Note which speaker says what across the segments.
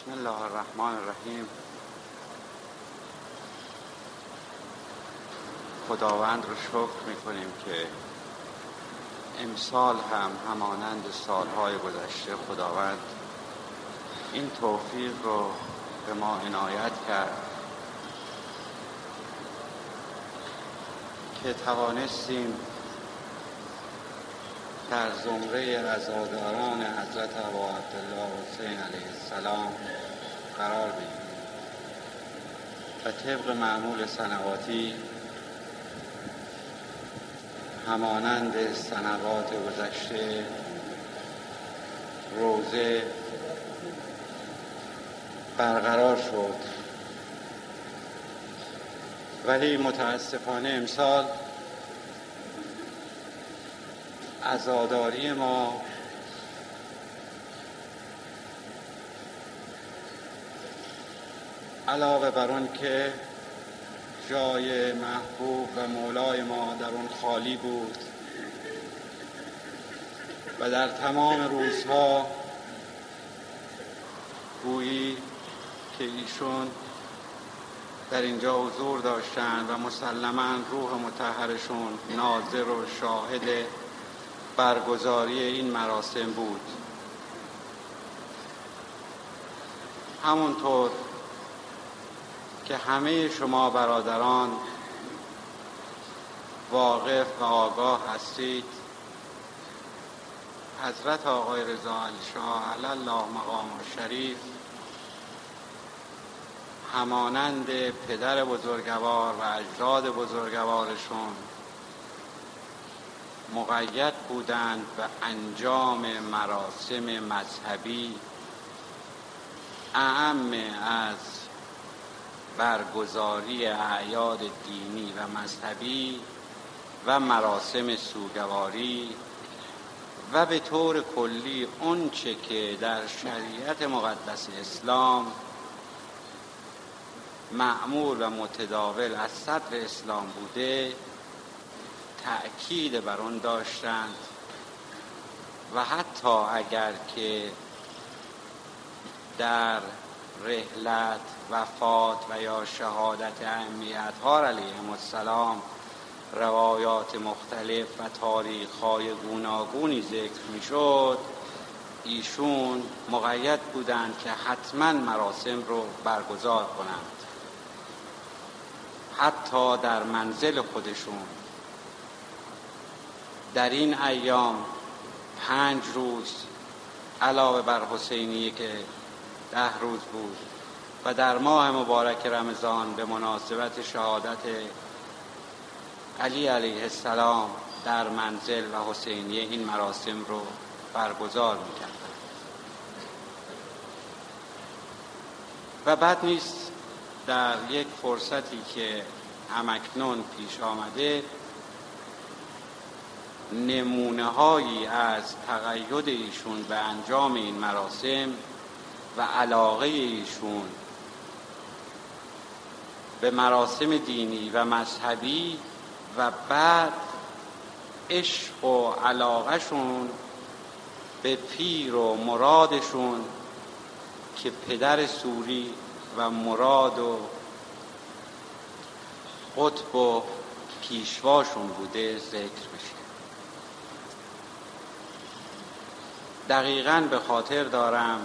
Speaker 1: بسم الله الرحمن الرحیم. خداوند رو شکر میکنیم که امسال هم همانند سالهای گذشته خداوند این توفیق رو به ما عنایت کرد که توانستیم در زمره عزاداران حضرت ابا عبدالله حسین علیه السلام قرار بگیریم و طبق معمول سنواتی همانند سنوات گذشته روزه برقرار شد، ولی متاسفانه امسال عزاداری ما علاوه بر اون که جای محبوب و مولای ما در اون خالی بود و در تمام روزها گویی که ایشون در اینجا حضور داشتند و مسلماً روح مطهرشون ناظر و شاهد برگزاری این مراسم بود. همونطور که همه شما برادران واقف و آگاه هستید، حضرت آقای رضا علی شاه علی الله مقام الشریف همانند پدر بزرگوار و اجداد بزرگوارشون مقید بودند به انجام مراسم مذهبی اعم از برگزاری اعیاد دینی و مذهبی و مراسم سوگواری و به طور کلی اونچه که در شریعت مقدس اسلام معمول و متداول از صدر اسلام بوده تأکید بر آن داشتند و حتی اگر که در رحلت، وفات و یا شهادت ائمه‌ها علیهم السلام روایات مختلف و تاریخ‌های گوناگونی ذکر می‌شد، ایشون مقید بودند که حتما مراسم رو برگزار کنند. حتی در منزل خودشون در این ایام 5 روز علاوه بر حسینیه که 10 روز بود و در ماه مبارک رمضان به مناسبت شهادت علی علیه السلام در منزل و حسینیه این مراسم رو برگزار می‌کردند. و بعد نیست در یک فرصتی که همکنون پیش آمده نمونه هایی از تقید ایشون به انجام این مراسم و علاقه ایشون به مراسم دینی و مذهبی و بعد عشق و علاقهشون به پیر و مرادشون که پدر سوری و مراد و قطب و پیشواشون بوده ذکر بشه. دقیقاً به خاطر دارم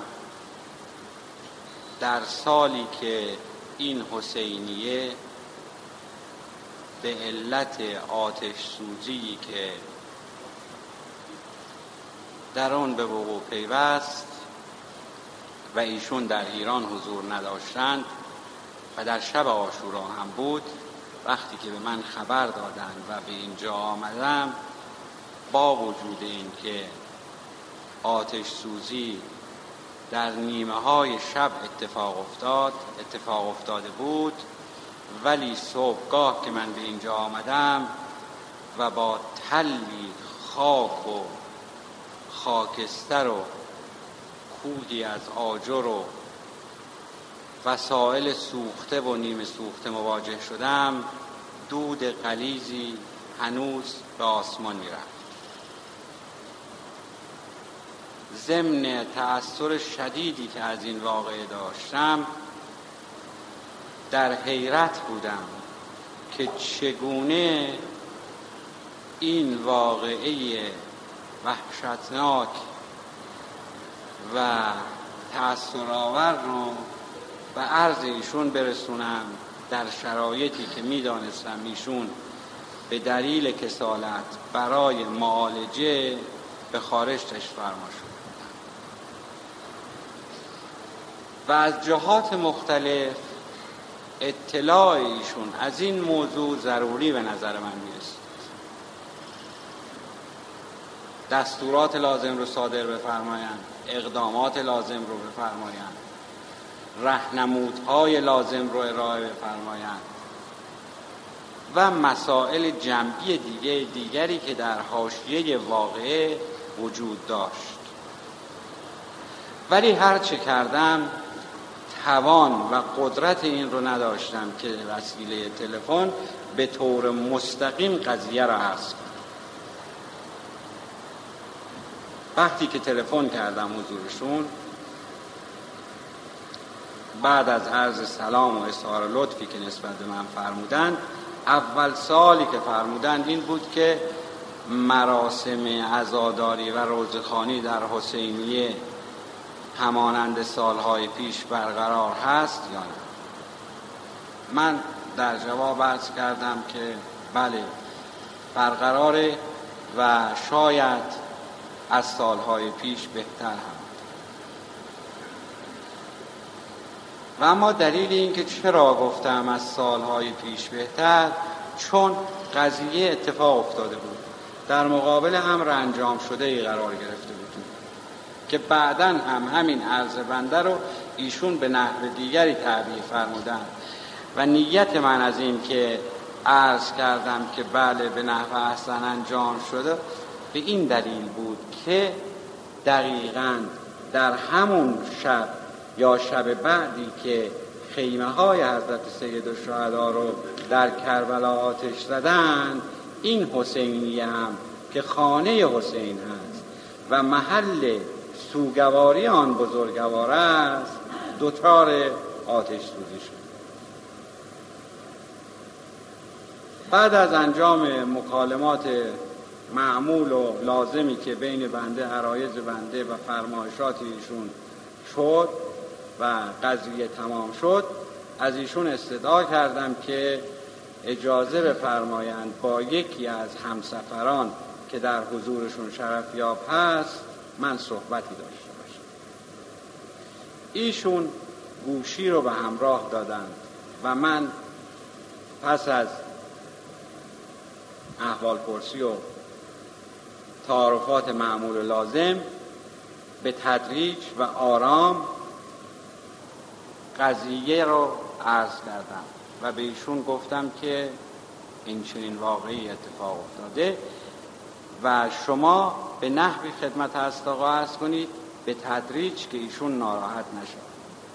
Speaker 1: در سالی که این حسینیه به علت آتش سوزی که در آن به وقوع پیوست و ایشون در ایران حضور نداشتند و در شب عاشورا هم بود، وقتی که به من خبر دادند و به اینجا آمدم، با وجود این که آتش سوزی در نیمه های شب اتفاق افتاده بود، ولی صبحگاه که من به اینجا آمدم و با تلی خاک و خاکستر و کوهی از آجر و وسایل سوخته و نیمه سوخته مواجه شدم، دود غلیظی هنوز به آسمان می‌رفت ضمن تأثیر شدیدی که از این واقعه داشتم در حیرت بودم که چگونه این واقعه وحشتناک و تأثیرآور رو به عرض ایشون برسونم در شرایطی که میدانستم ایشون به دلیل کسالت برای معالجه به خارج تشریف فرما شد و از جهات مختلف اطلاع ایشون از این موضوع ضروری به نظر من میرسید. دستورات لازم رو صادر بفرمایند، اقدامات لازم رو بفرمایند، راهنمودهای لازم رو ارائه بفرمایند و مسائل جنبی دیگری که در حاشیه واقعه وجود داشت. ولی هر چه کردم توان و قدرت این رو نداشتم که وسیله تلفن به طور مستقیم قضیه را عرض کنم. وقتی که تلفن کردم حضورشون، بعد از عرض سلام و اظهار لطفی که نسبت به من فرمودند، اول سوالی که فرمودند این بود که مراسم عزاداری و روزخوانی در حسینیه همانند سالهای پیش برقرار هست یا نه؟ من در جواب عرض کردم که بله برقراره و شاید از سالهای پیش بهتر هم. و اما دلیل این که چرا گفتم از سالهای پیش بهتر، چون قضیه اتفاق افتاده بود، در مقابل امر انجام شده ای قرار گرفته بودیم که بعداً هم همین عرض بنده رو ایشون به نحو دیگری تعبیر فرمودن و نیت من از این که عرض کردم که بله به نحو احسن انجام شده به این دلیل بود که دقیقاً در همون شب یا شب بعدی که خیمه های حضرت سیدالشهدا رو در کربلا آتش زدن، این حسینیه هم که خانه حسین هست و محل سوگواری آن بزرگوار است دچار آتش سوزی شد. بعد از انجام مکالمات معمول و لازمی که بین بنده، عرایض بنده و فرمایشات ایشون شد و قضیه تمام شد، از ایشون استدعا کردم که اجازه بفرمایند با یکی از همسفران که در حضورشون شرفیاب هست من صحبتی داشته باشم. ایشون گوشی رو به همراه دادند و من پس از احوال پرسی و تعارفات معمول لازم به تدریج و آرام قضیه رو عرض کردم و به ایشون گفتم که این چنین واقعی اتفاق افتاده و شما به نحوی خدمت هست آقا عرض کنید به تدریج که ایشون ناراحت نشد.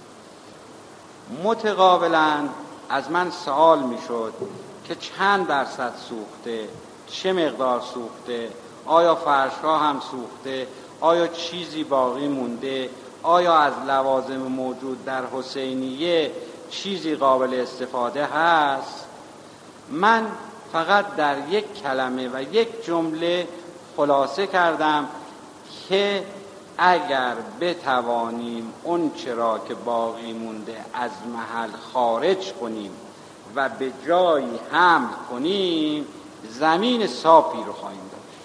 Speaker 1: متقابلا از من سوال میشد که چند درصد سوخته، چه مقدار سوخته، آیا فرش‌ها هم سوخته، آیا چیزی باقی مونده، آیا از لوازم موجود در حسینیه چیزی قابل استفاده هست. من فقط در یک کلمه و یک جمله خلاصه کردم که اگر بتوانیم اون چرا که باقی مونده از محل خارج کنیم و به جایی حمل کنیم زمین صافی رو خواهیم داشت.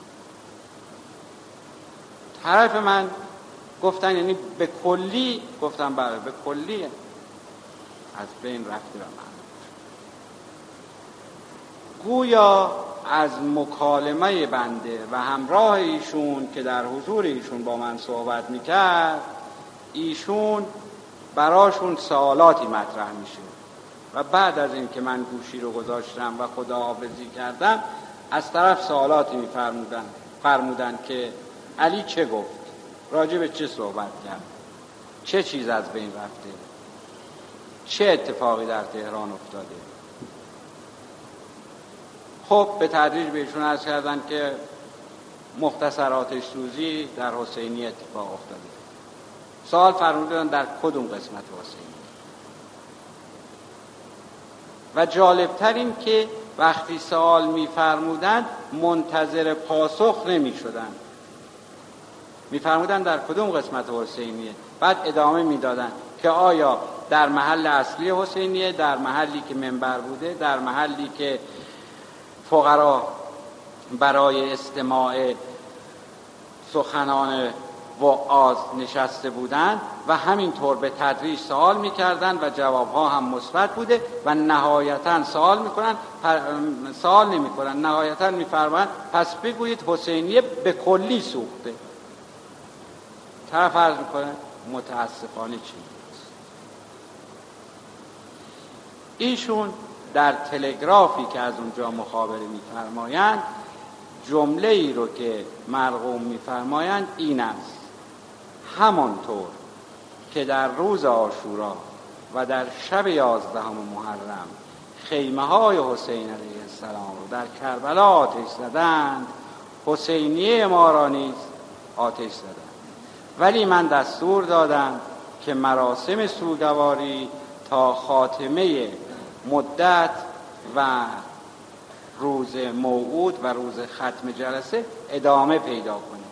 Speaker 1: طرف من گفتن یعنی به کلی؟ گفتم بله به کلی از بین رفته و من گویا از مکالمه بنده و همراه ایشون که در حضور ایشون با من صحبت میکرد، ایشون براشون سوالاتی مطرح میشه و بعد از این که من گوشی رو گذاشتم و خداحافظی کردم از طرف سوالاتی فرمودن که علی چه گفت، راجع به چه صحبت کرد، چه چیز از بین رفته، چه اتفاقی در تهران افتاده. خب به تدریج بهشون عرض کردن که مختصر آتش سوزی در حسینیه اتفاق افتاده. سوال فرمودن در کدوم قسمت حسینیه؟ و جالبتر این که وقتی سوال می‌فرمودند منتظر پاسخ نمی‌شدند، می‌فرمودند در کدوم قسمت حسینیه، بعد ادامه می‌دادند که آیا در محل اصلی حسینیه، در محلی که منبر بوده، در محلی که فقرا برای استماع سخنان وعاظ نشسته بودند و همینطور به تدریج سوال می‌کردند و جوابها هم مثبت بوده و نهایتاً سوال نمی‌کنند، نهایتاً می‌فرمایند پس بگویید حسینیه به کلی سوخته. طرف عرض می‌کنه متاسفانه چی؟ ایشون در تلگرافی که از اونجا مخابره می‌فرمایند جمله ای رو که مرقوم می‌فرمایند این است: همانطور که در روز عاشورا و در شب 11 محرم خیمه‌های حسین علیه السلام رو در کربلا آتش زدند، حسینیه ما را نیز آتش زدند. ولی من دستور دادم که مراسم سوگواری تا خاتمه مدت و روز موعود و روز ختم جلسه ادامه پیدا کنه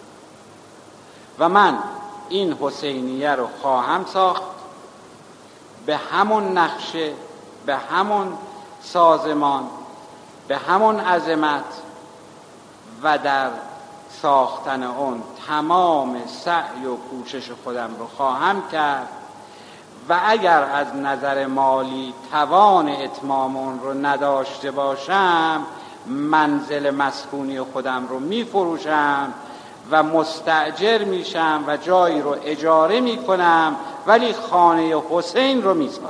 Speaker 1: و من این حسینیه رو خواهم ساخت به همون نقشه، به همون سازمان، به همون عظمت و در ساختن اون تمام سعی و کوشش خودم رو خواهم کرد و اگر از نظر مالی توان اتمام اون رو نداشته باشم منزل مسکونی خودم رو میفروشم و مستأجر میشم و جایی رو اجاره میکنم ولی خانه حسین رو میسازم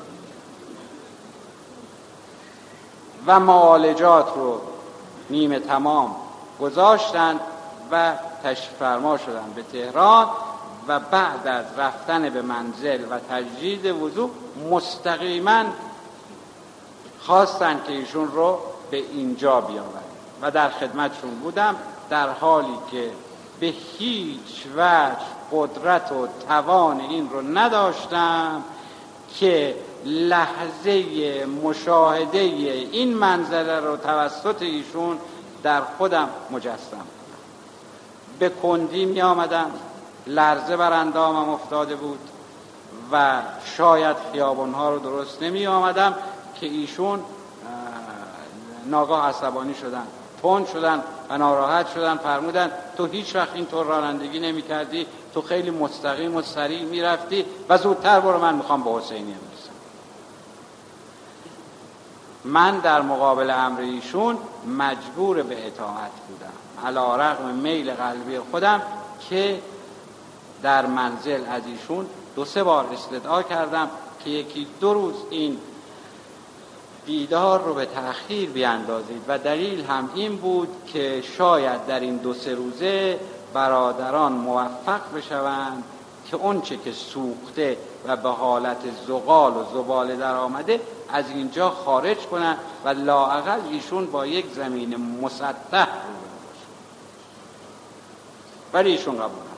Speaker 1: و معالجات رو نیمه تمام گذاشتن و تشریف فرما شدن به تهران و بعد از رفتن به منزل و تجدید وضو مستقیما خواستن که ایشون رو به اینجا بیاورن و در خدمتشون بودم، در حالی که به هیچ وجه قدرت و توان این رو نداشتم که لحظه مشاهده این منظره رو توسط ایشون در خودم مجسم کنم. به کندی می آمدم، لرزه بر اندامم افتاده بود و شاید خیابانها رو درست نمی آمدم که ایشون ناگاه عصبانی شدن، تند شدن و ناراحت شدن، فرمودن تو هیچ وقت اینطور رانندگی نمی کردی، تو خیلی مستقیم و سریع می رفتی و زودتر برو، من میخوام به حسینیه برسم. من در مقابل امر ایشون مجبور به اطاعت بودم علی رغم میل قلبی خودم که در منزل از ایشون 2-3 بار استدعا کردم که 1-2 روز این دیدار رو به تأخیر بیاندازید و دلیل هم این بود که شاید در این 2-3 روزه برادران موفق بشوند که اون چه که سوخته و به حالت زغال و زباله در آمده از اینجا خارج کنن و لااقل ایشون با یک زمین مسطح روبرو باشن. ولی ایشون قبول نکردن.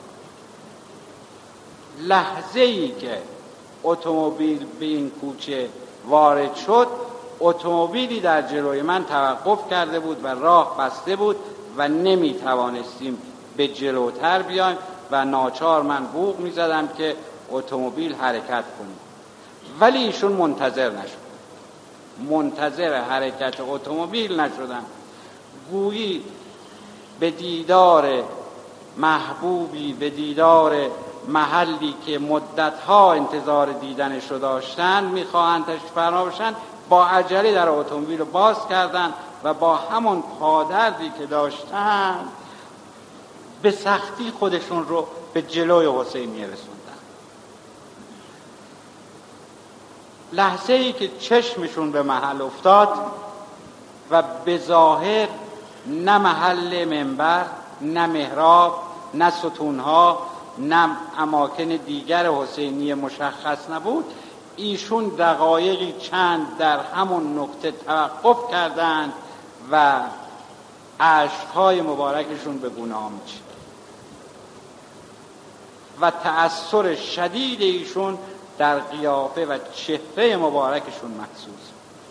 Speaker 1: لحظه‌ای که اتومبیل به این کوچه وارد شد، اتومبیلی در جلوی من توقف کرده بود و راه بسته بود و نمی توانستیم به جلوتر بیایم و ناچار من بوق می زدم که اتومبیل حرکت کنه. ولی ایشون منتظر نشد، منتظر حرکت اتومبیل نشدن. گویی به دیدار محبوبی، به دیدار محلی که مدتها انتظار دیدنش رو داشتن میخواهند تشریف فرما باشن، با عجله در اتومبیل رو باز کردن و با همون پادردی که داشتن به سختی خودشون رو به جلوی حسینیه رسوندن. لحظه ای که چشمشون به محل افتاد و به ظاهر نه محل منبر، نه محراب، نه ستونها، نه اماکن دیگر حسینیه مشخص نبود، ایشون دقایقی چند در همون نقطه توقف کردند و اشک‌های مبارکشون به گونه ها می‌چید و تأثیر شدید ایشون در قیافه و چهره مبارکشون محسوس.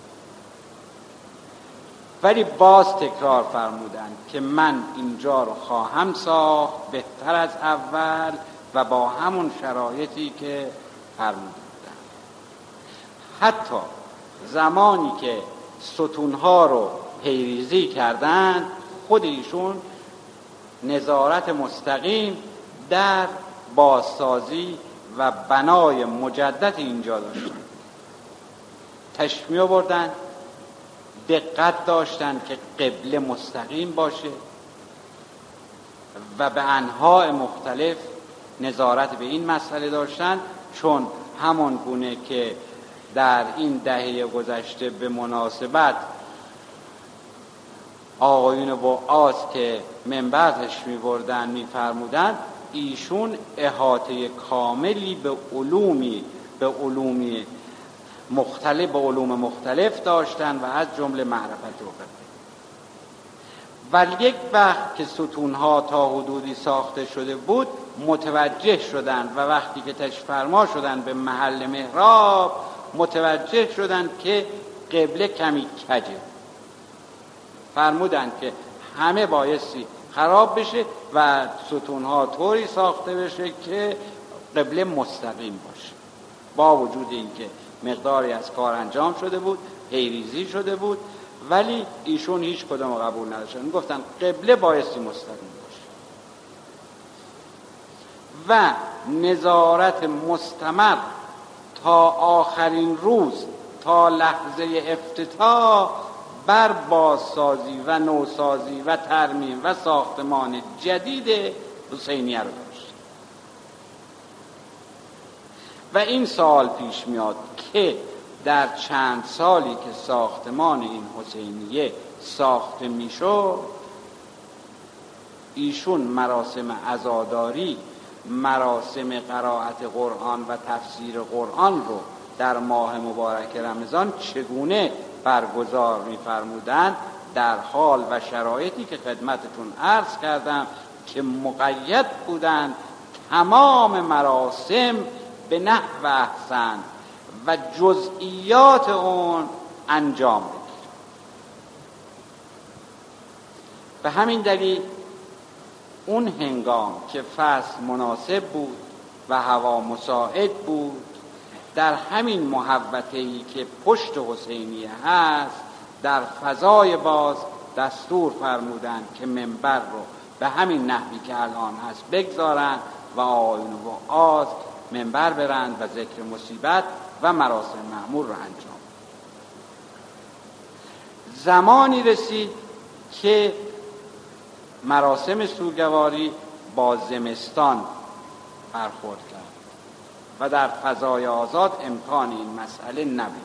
Speaker 1: ولی باز تکرار فرمودند که من اینجا رو خواهم ساخت بهتر از اول و با همون شرایطی که فرموده بودند. حتی زمانی که ستونها رو پیریزی کردند، خود ایشون نظارت مستقیم در بازسازی و بنای مجدد اینجا داشتند. تشمیع بردن، دقت داشتند که قبله مستقیم باشه و به انواع مختلف نظارت به این مسئله داشتند، چون همان گونه که در این دهه گذشته به مناسبت آقایون وعاظ که منبر تشمیع بردن می‌فرمودند ایشون احاطه کاملی به علوم مختلف داشتند و از جمله معرفت و ولی یک وقت که ستونها تا حدودی ساخته شده بود متوجه شدند و وقتی که تشریف فرما شدند به محل محراب متوجه شدند که قبله کمی کجه. فرمودند که همه بایستی خراب بشه و ستونها طوری ساخته بشه که قبله مستقیم باشه. با وجود اینکه مقداری از کار انجام شده بود، پیریزی شده بود، ولی ایشون هیچ کدام قبول نداشتن. گفتن قبله بایستی مستقیم باشه و نظارت مستمر تا آخرین روز، تا لحظه افتتاح بر بازسازی و نوسازی و ترمیم و ساختمان جدید حسینیه رو داشت. و این سوال پیش میاد که در چند سالی که ساختمان این حسینیه ساخته میشد ایشون مراسم عزاداری، مراسم قرائت قرآن و تفسیر قرآن رو در ماه مبارک رمضان چگونه برگزار می‌فرمودند در حال و شرایطی که خدمتتون عرض کردم که مقید بودند تمام مراسم به نحو احسن و جزئیات اون انجام بگیرد. به همین دلیل اون هنگام که فصل مناسب بود و هوا مساعد بود، در همین محوطه‌ای که پشت حسینیه هست در فضای باز دستور فرمودند که منبر رو به همین نحوی که الان هست بگذارند و آقایون وعاظ منبر برند و ذکر مصیبت و مراسم معمول رو انجام. زمانی رسید که مراسم سوگواری با زمستان برخورد کرد و در فضای آزاد امکان این مسئله نبود.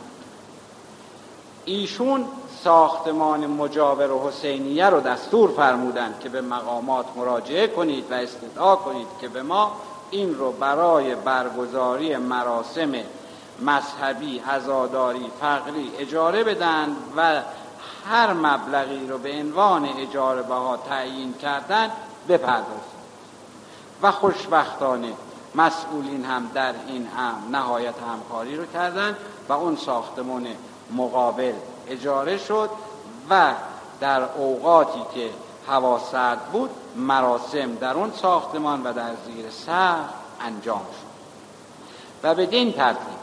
Speaker 1: ایشون ساختمان مجاور حسینیه رو دستور فرمودند که به مقامات مراجعه کنید و استدعا کنید که به ما این رو برای برگزاری مراسم مذهبی، عزاداری، فقری اجاره بدن و هر مبلغی رو به عنوان اجاره بها تعیین کردن بپردازند. و خوشبختانه مسئولین هم در این امر نهایت همکاری رو کردند و اون ساختمان مقابل اجاره شد و در اوقاتی که هوا سرد بود مراسم در اون ساختمان و در زیر سقف انجام شد. و بدین ترتیب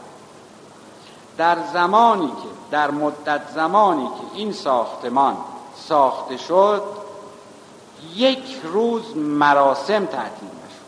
Speaker 1: در مدت زمانی که این ساختمان ساخته شد یک روز مراسم تعطیل نشد.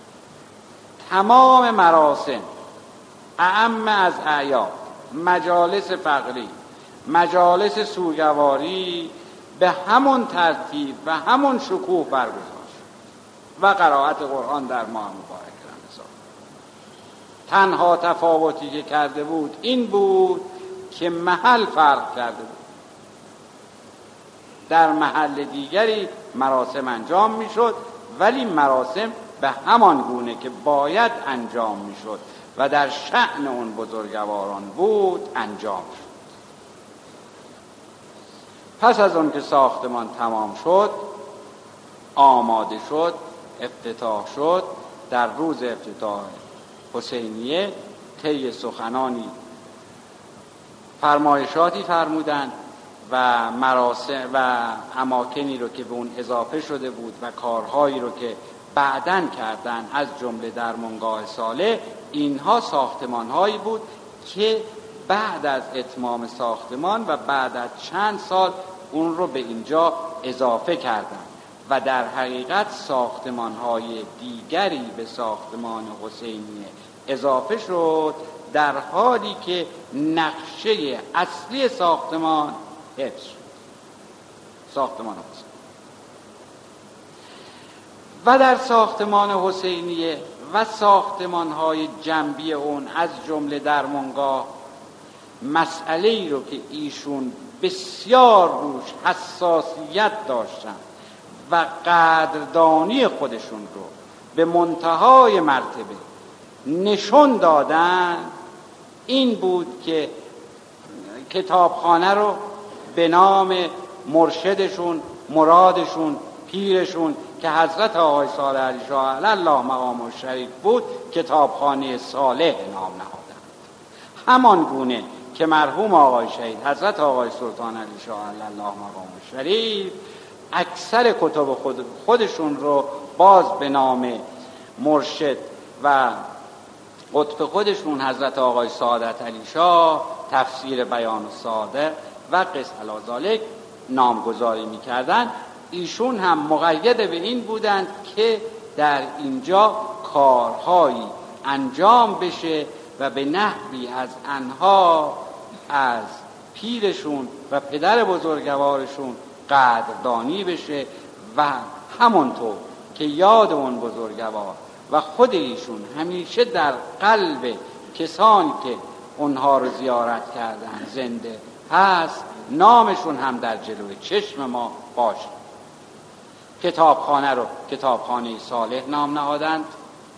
Speaker 1: تمام مراسم اعم از اعیاد، مجالس فقری، مجالس سوگواری به همون ترتیب و همون شکوه برگزار شد و قرائت قرآن در ماه مبارک رمضان. تنها تفاوتی که کرده بود این بود که محل فرق کرده بود. در محل دیگری مراسم انجام میشد ولی مراسم به همان گونه که باید انجام میشد و در شأن اون بزرگواران بود انجام شد. پس از اون که ساختمان تمام شد، آماده شد، افتتاح شد، در روز افتتاح حسینیه طی سخنانی فرمایشاتی فرمودند و مراسم و اماکنی رو که به اون اضافه شده بود و کارهایی رو که بعداً کردن، از جمله درمانگاه صالح، اینها ساختمان‌هایی بود که بعد از اتمام ساختمان و بعد از چند سال اون رو به اینجا اضافه کردن و در حقیقت ساختمان‌های دیگری به ساختمان حسینیه اضافه شد، در حالی که نقشه اصلی ساختمان حفظ شد. ساختمان حسینیه و در ساختمان حسینیه و ساختمان‌های جنبی اون، از جمله درمانگاه، مسئله‌ای رو که ایشون بسیار روش حساسیت داشتن و قدردانی خودشون رو به منتهای مرتبه نشون دادن، این بود که کتابخانه رو به نام مرشدشون، مرادشون، پیرشون که حضرت آقای صالح علی شاه علی الله مقامه الشریف بود، کتابخانه صالح نام نهادند. همان گونه که مرحوم آقای شهید حضرت آقای سلطان علی شاه علی الله مقامه الشریف اکثر کتب خودشون رو باز به نام مرشد و قطب خودشون حضرت آقای سعادت علی شاه، تفسیر بیان الساده و قس علی ذالک نامگذاری می‌کردند. ایشون هم مقید به این بودند که در اینجا کارهایی انجام بشه و به نحوی از آنها، از پیرشون و پدر بزرگوارشون قدردانی بشه و همونطور که یاد اون بزرگوار و خود ایشون همیشه در قلب کسانی که اونها رو زیارت کردن زنده هست، نامشون هم در جلوی چشم ما باشه. کتابخانه رو کتابخانه صالح نام نهادند،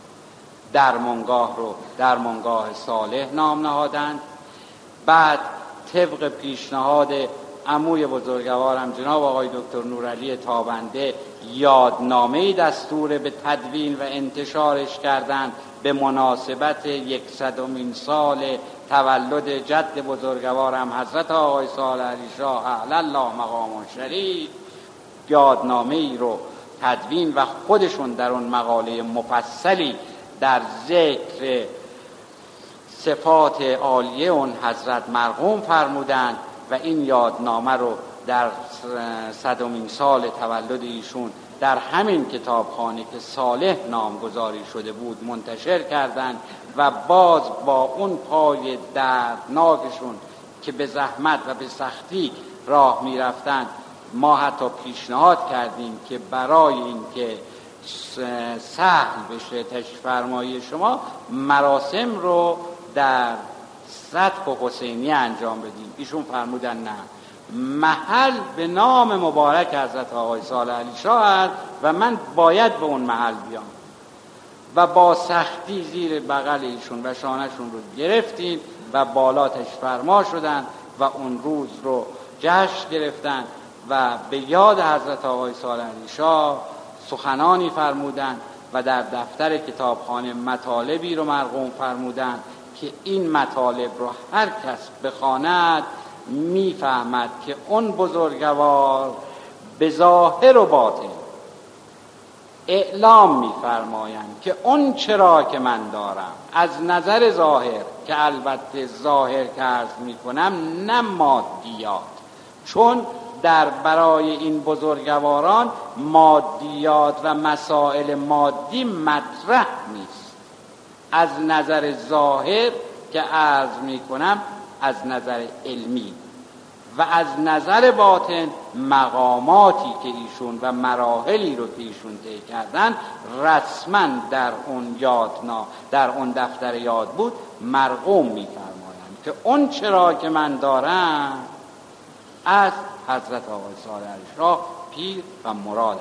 Speaker 1: درمانگاه رو درمانگاه صالح نام نهادند. بعد طبق پیشنهاد عموی بزرگوارم جناب آقای دکتر نورعلی تابنده یادنامه‌ای دستور به تدوین و انتشارش کردند به مناسبت 100مین سال تولد جد بزرگوارم حضرت آقای صالح علی شاه علی الله مقامه الشریف. یادنامه‌ای رو تدوین و خودشون در اون مقاله مفصلی در ذکر صفات عالیه اون حضرت مرقوم فرمودند و این یادنامه رو در 100مین سال تولد ایشون در همین کتابخانه که صالح نامگذاری شده بود منتشر کردند و باز با اون پای دردناکشون که به زحمت و به سختی راه می رفتن، ما حتی پیشنهاد کردیم که برای این که سهل بشه تشریف فرمایی شما، مراسم رو در سطح حسینی انجام بدیم. ایشون فرمودن نه، محل به نام مبارک حضرت آقای صالح علی شاه است و من باید به اون محل بیام. و با سختی زیر بغل ایشون و شانهشون رو گرفتیم و بالا تشریف فرما شدن و اون روز رو جشن گرفتن و به یاد حضرت آقای صالح علی شاه سخنانی فرمودن و در دفتر کتابخانه مطالبی رو مرقوم فرمودن که این مطالب رو هر کس بخواند میفهمد که اون بزرگوار به ظاهر و باطن اعلام میفرمایند که اون چرا که من دارم از نظر ظاهر، که البته ظاهر که عرض میکنم نه مادیات، چون در برای این بزرگواران مادیات و مسائل مادی مطرح نیست. از نظر ظاهر که عرض میکنم از نظر علمی و از نظر باطن مقاماتی که ایشون و مراحلی رو که ایشون طی کردن رسما در اون در اون دفتر یاد بود مرقوم میفرمایند که اون چرا که من دارم از حضرت آقای صالح علی شاه پیر و مرادم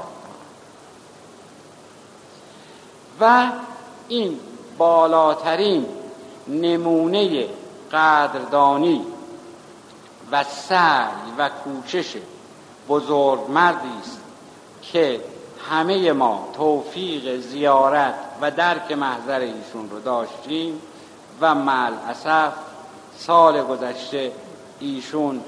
Speaker 1: و این بالاترین نمونه قدردانی و سعی و کوشش بزرگ مردی است که همه ما توفیق زیارت و درک محضر ایشون رو داشتیم و مع الاسف سال گذشته ایشون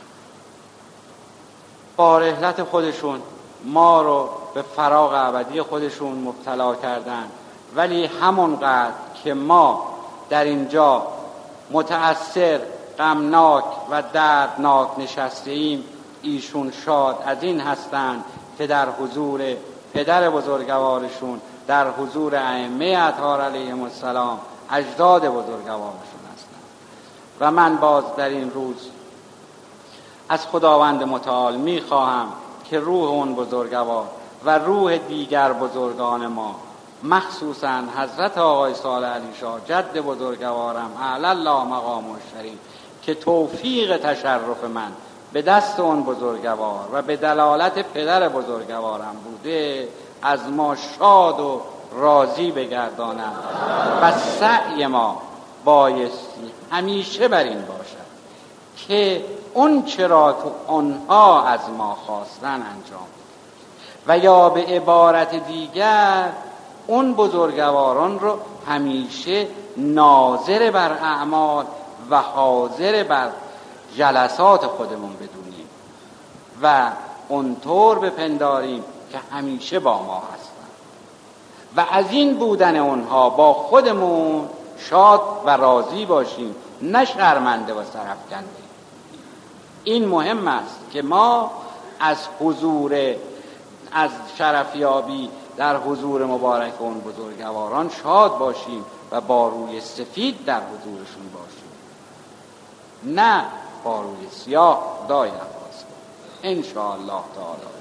Speaker 1: با رحلت خودشون ما رو به فراق ابدی خودشون مبتلا کردن. ولی همونقدر که ما در اینجا متأثر، غمناک و دردناک نشسته ایم، ایشون شاد از این هستند که در حضور پدر بزرگوارشون، در حضور ائمه اطهار علیهم السلام، اجداد بزرگوارشون هستند. و من باز در این روز از خداوند متعال میخواهم که روح اون بزرگوار و روح دیگر بزرگان ما، مخصوصا حضرت آقای صالح علی شاه جد بزرگوارم اعلی الله مقامه الشریف، که توفیق تشرف من به دست اون بزرگوار و به دلالت پدر بزرگوارم بوده، از ما شاد و راضی بگردانم و سعی ما بایستی همیشه بر این باشد که اون چرا که آنها از ما خواستن انجام، و یا به عبارت دیگر اون بزرگواران رو همیشه ناظر بر اعمال و حاضر بر جلسات خودمون بدونیم و اونطور بپنداریم که همیشه با ما هستن و از این بودن اونها با خودمون شاد و راضی باشیم، نه شرمنده و سرفکنده. این مهم است که ما از شرفیابی در حضور مبارک اون بزرگواران شاد باشیم و با روی سفید در حضورشون باشیم، نه با روی سیاه. خدای نخواسته. ان شاء الله تعالی.